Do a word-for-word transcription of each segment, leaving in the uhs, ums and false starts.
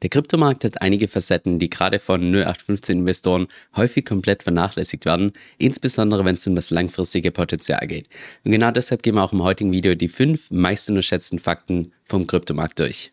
Der Kryptomarkt hat einige Facetten, die gerade von null acht fünfzehn Investoren häufig komplett vernachlässigt werden, insbesondere wenn es um das langfristige Potenzial geht. Und genau deshalb gehen wir auch im heutigen Video die fünf meist unterschätzten Fakten vom Kryptomarkt durch.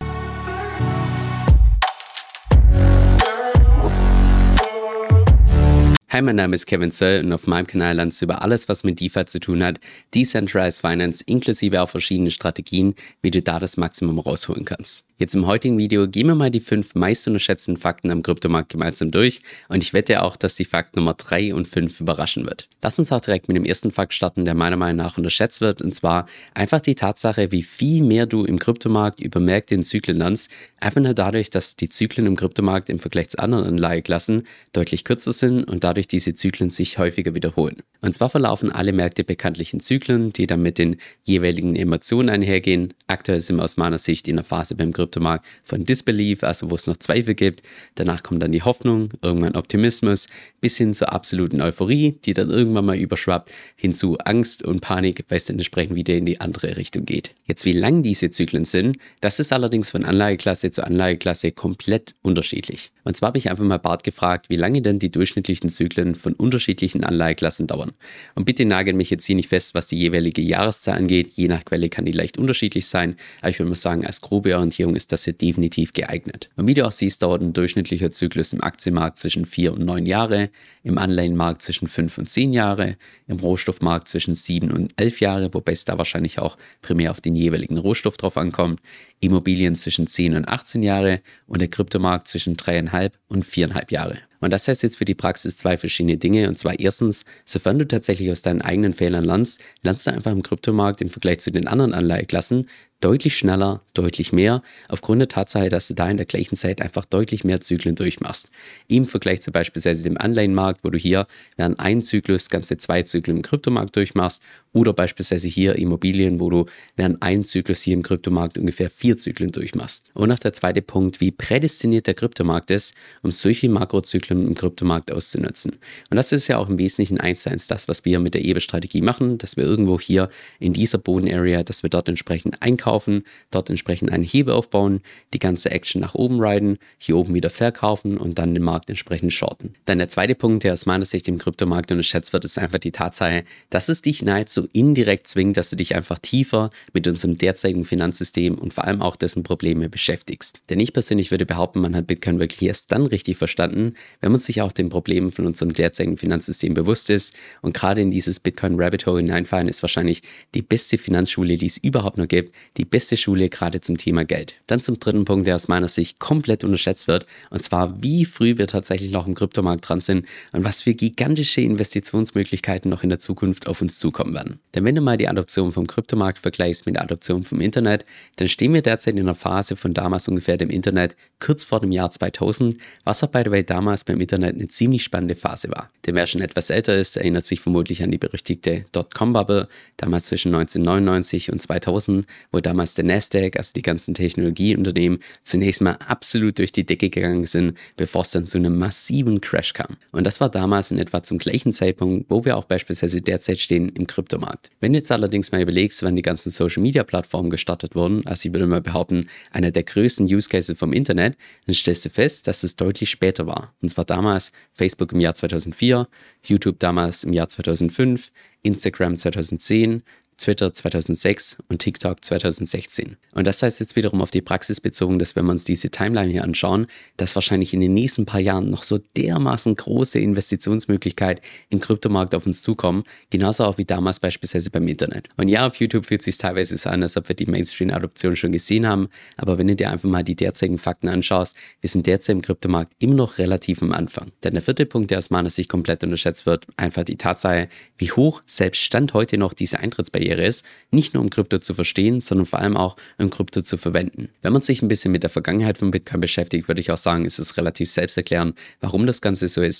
Hi, mein Name ist Kevin Söll und auf meinem Kanal lernst du über alles, was mit DeFi zu tun hat, Decentralized Finance, inklusive auch verschiedene Strategien, wie du da das Maximum rausholen kannst. Jetzt im heutigen Video gehen wir mal die fünf meist unterschätzten Fakten am Kryptomarkt gemeinsam durch und ich wette auch, dass die Fakt Nummer drei und fünf überraschen wird. Lass uns auch direkt mit dem ersten Fakt starten, der meiner Meinung nach unterschätzt wird, und zwar einfach die Tatsache, wie viel mehr du im Kryptomarkt über Märkte in Zyklen lernst, einfach nur dadurch, dass die Zyklen im Kryptomarkt im Vergleich zu anderen Anlageklassen deutlich kürzer sind und dadurch diese Zyklen sich häufiger wiederholen. Und zwar verlaufen alle Märkte bekanntlich in Zyklen, die dann mit den jeweiligen Emotionen einhergehen. Aktuell sind wir aus meiner Sicht in der Phase beim Kryptomarkt von Disbelief, also wo es noch Zweifel gibt. Danach kommt dann die Hoffnung, irgendwann Optimismus, bis hin zur absoluten Euphorie, die dann irgendwann mal überschwappt, hin zu Angst und Panik, weil es dann entsprechend wieder in die andere Richtung geht. Jetzt, wie lang diese Zyklen sind, das ist allerdings von Anlageklasse zu Anlageklasse komplett unterschiedlich. Und zwar habe ich einfach mal Bart gefragt, wie lange denn die durchschnittlichen Zyklen von unterschiedlichen Anlageklassen dauern. Und bitte nagelt mich jetzt hier nicht fest, was die jeweilige Jahreszahl angeht. Je nach Quelle kann die leicht unterschiedlich sein, aber ich würde mal sagen, als grobe Orientierung ist das hier definitiv geeignet. Und wie du auch siehst, dauert ein durchschnittlicher Zyklus im Aktienmarkt zwischen vier und neun Jahre, im Anleihenmarkt zwischen fünf und zehn Jahre, im Rohstoffmarkt zwischen sieben und elf Jahre, wobei es da wahrscheinlich auch primär auf den jeweiligen Rohstoff drauf ankommt, Immobilien zwischen zehn und achtzehn Jahre und der Kryptomarkt zwischen dreieinhalb und viereinhalb Jahre. Und das heißt jetzt für die Praxis zwei verschiedene Dinge. Und zwar erstens, sofern du tatsächlich aus deinen eigenen Fehlern lernst, lernst du einfach im Kryptomarkt im Vergleich zu den anderen Anleiheklassen deutlich schneller, deutlich mehr, aufgrund der Tatsache, dass du da in der gleichen Zeit einfach deutlich mehr Zyklen durchmachst. Im Vergleich zu beispielsweise dem Anleihenmarkt, wo du hier während einem Zyklus ganze zwei Zyklen im Kryptomarkt durchmachst, oder beispielsweise hier Immobilien, wo du während einem Zyklus hier im Kryptomarkt ungefähr vier Zyklen durchmachst. Und noch der zweite Punkt, wie prädestiniert der Kryptomarkt ist, um solche Makrozyklen im Kryptomarkt auszunutzen. Und das ist ja auch im Wesentlichen eins zu eins das, was wir mit der E B A-Strategie machen, dass wir irgendwo hier in dieser Boden-Area, dass wir dort entsprechend einkaufen, dort entsprechend einen Hebel aufbauen, die ganze Action nach oben riden, hier oben wieder verkaufen und dann den Markt entsprechend shorten. Dann der zweite Punkt, der aus meiner Sicht im Kryptomarkt unterschätzt wird, ist einfach die Tatsache, dass es dich nahezu indirekt zwingt, dass du dich einfach tiefer mit unserem derzeitigen Finanzsystem und vor allem auch dessen Probleme beschäftigst. Denn ich persönlich würde behaupten, man hat Bitcoin wirklich erst dann richtig verstanden, wenn man sich auch den Problemen von unserem derzeitigen Finanzsystem bewusst ist. Und gerade in dieses Bitcoin-Rabbit Hole hineinfallen ist wahrscheinlich die beste Finanzschule, die es überhaupt noch gibt, die beste Schule gerade zum Thema Geld. Dann zum dritten Punkt, der aus meiner Sicht komplett unterschätzt wird, und zwar wie früh wir tatsächlich noch im Kryptomarkt dran sind und was für gigantische Investitionsmöglichkeiten noch in der Zukunft auf uns zukommen werden. Denn wenn du mal die Adoption vom Kryptomarkt vergleichst mit der Adoption vom Internet, dann stehen wir derzeit in einer Phase von damals ungefähr dem Internet kurz vor dem Jahr zweitausend, was auch by the way damals beim Internet eine ziemlich spannende Phase war. Denn wer schon etwas älter ist, erinnert sich vermutlich an die berüchtigte Dotcom-Bubble, damals zwischen neunzehnhundertneunundneunzig und zweitausend, wo damals der Nasdaq, also die ganzen Technologieunternehmen, zunächst mal absolut durch die Decke gegangen sind, bevor es dann zu einem massiven Crash kam. Und das war damals in etwa zum gleichen Zeitpunkt, wo wir auch beispielsweise derzeit stehen im Kryptomarkt. Wenn du jetzt allerdings mal überlegst, wann die ganzen Social-Media-Plattformen gestartet wurden, also ich würde mal behaupten, einer der größten Use Cases vom Internet, dann stellst du fest, dass es deutlich später war. Und zwar damals Facebook im Jahr zweitausendvier, YouTube damals im Jahr zweitausendfünf, Instagram zweitausendzehn, Twitter zweitausendsechs und TikTok zweitausendsechzehn. Und das heißt jetzt wiederum auf die Praxis bezogen, dass wenn wir uns diese Timeline hier anschauen, dass wahrscheinlich in den nächsten paar Jahren noch so dermaßen große Investitionsmöglichkeit im Kryptomarkt auf uns zukommen, genauso auch wie damals beispielsweise beim Internet. Und ja, auf YouTube fühlt es sich teilweise so an, als ob wir die Mainstream-Adoption schon gesehen haben, aber wenn du dir einfach mal die derzeitigen Fakten anschaust, wir sind derzeit im Kryptomarkt immer noch relativ am Anfang. Denn der vierte Punkt, der aus meiner Sicht komplett unterschätzt wird, einfach die Tatsache, wie hoch selbst Stand heute noch diese Eintrittsbarriere ist, nicht nur um Krypto zu verstehen, sondern vor allem auch um Krypto zu verwenden. Wenn man sich ein bisschen mit der Vergangenheit von Bitcoin beschäftigt, würde ich auch sagen, ist es relativ selbsterklärend, warum das Ganze so ist.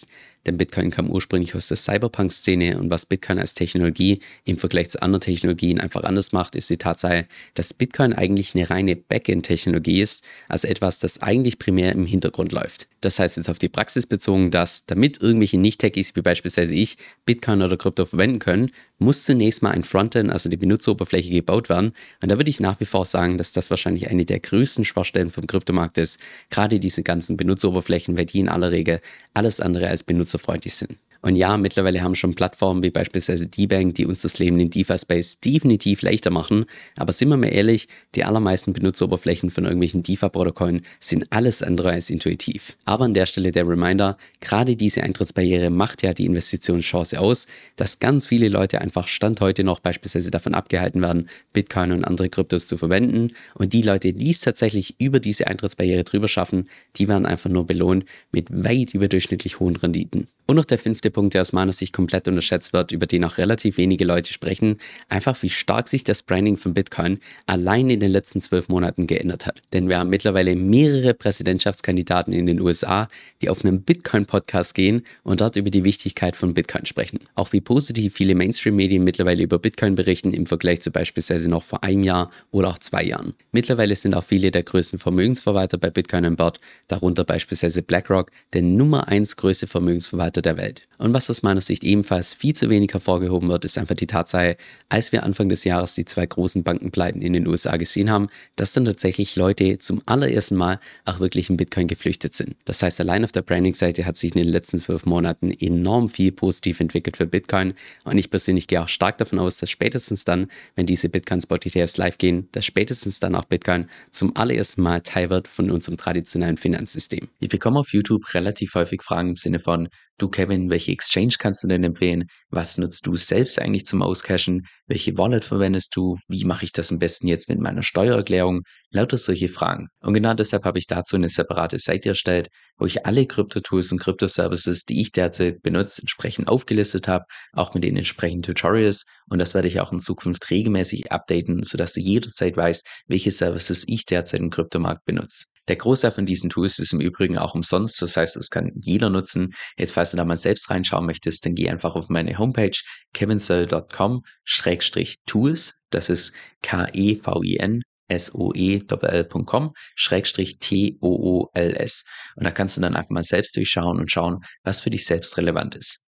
denn Bitcoin kam ursprünglich aus der Cyberpunk-Szene und was Bitcoin als Technologie im Vergleich zu anderen Technologien einfach anders macht, ist die Tatsache, dass Bitcoin eigentlich eine reine Backend-Technologie ist, also etwas, das eigentlich primär im Hintergrund läuft. Das heißt jetzt auf die Praxis bezogen, dass damit irgendwelche Nicht-Techies wie beispielsweise ich Bitcoin oder Krypto verwenden können, muss zunächst mal ein Frontend, also die Benutzeroberfläche, gebaut werden. Und da würde ich nach wie vor sagen, dass das wahrscheinlich eine der größten Schwachstellen vom Kryptomarkt ist. Gerade diese ganzen Benutzeroberflächen, weil die in aller Regel alles andere als benutzerfreundlich sind. Und ja, mittlerweile haben schon Plattformen wie beispielsweise D-Bank, die uns das Leben in DeFi-Space definitiv leichter machen. Aber sind wir mal ehrlich, die allermeisten Benutzeroberflächen von irgendwelchen DeFi-Protokollen sind alles andere als intuitiv. Aber an der Stelle der Reminder, gerade diese Eintrittsbarriere macht ja die Investitionschance aus, dass ganz viele Leute einfach Stand heute noch beispielsweise davon abgehalten werden, Bitcoin und andere Kryptos zu verwenden. Und die Leute, die es tatsächlich über diese Eintrittsbarriere drüber schaffen, die werden einfach nur belohnt mit weit überdurchschnittlich hohen Renditen. Und noch der fünfte Punkt, der aus meiner Sicht komplett unterschätzt wird, über den auch relativ wenige Leute sprechen, einfach wie stark sich das Branding von Bitcoin allein in den letzten zwölf Monaten geändert hat. Denn wir haben mittlerweile mehrere Präsidentschaftskandidaten in den U S A, die auf einen Bitcoin-Podcast gehen und dort über die Wichtigkeit von Bitcoin sprechen. Auch wie positiv viele Mainstream-Medien mittlerweile über Bitcoin berichten im Vergleich zu beispielsweise noch vor einem Jahr oder auch zwei Jahren. Mittlerweile sind auch viele der größten Vermögensverwalter bei Bitcoin an Bord, darunter beispielsweise BlackRock, der Nummer eins größte Vermögensverwalter der Welt. Und was aus meiner Sicht ebenfalls viel zu wenig hervorgehoben wird, ist einfach die Tatsache, als wir Anfang des Jahres die zwei großen Bankenpleiten in den U S A gesehen haben, dass dann tatsächlich Leute zum allerersten Mal auch wirklich in Bitcoin geflüchtet sind. Das heißt, allein auf der Branding-Seite hat sich in den letzten zwölf Monaten enorm viel positiv entwickelt für Bitcoin und ich persönlich gehe auch stark davon aus, dass spätestens dann, wenn diese Bitcoin-Spot-E T Fs live gehen, dass spätestens dann auch Bitcoin zum allerersten Mal Teil wird von unserem traditionellen Finanzsystem. Ich bekomme auf YouTube relativ häufig Fragen im Sinne von: Du Kevin, welche Exchange kannst du denn empfehlen? Was nutzt du selbst eigentlich zum Auscashen? Welche Wallet verwendest du? Wie mache ich das am besten jetzt mit meiner Steuererklärung? Lauter solche Fragen. Und genau deshalb habe ich dazu eine separate Seite erstellt, wo ich alle Krypto-Tools und Krypto-Services, die ich derzeit benutze, entsprechend aufgelistet habe, auch mit den entsprechenden Tutorials. Und das werde ich auch in Zukunft regelmäßig updaten, sodass du jederzeit weißt, welche Services ich derzeit im Kryptomarkt benutze. Der Großteil von diesen Tools ist im Übrigen auch umsonst, das heißt, das kann jeder nutzen. Jetzt, falls du da mal selbst reinschauen möchtest, dann geh einfach auf meine Homepage kevinsoe punkt com Schrägstrich Tools, das ist K E V I N S O E L L punkt com Schrägstrich T O O L S. Und da kannst du dann einfach mal selbst durchschauen und schauen, was für dich selbst relevant ist.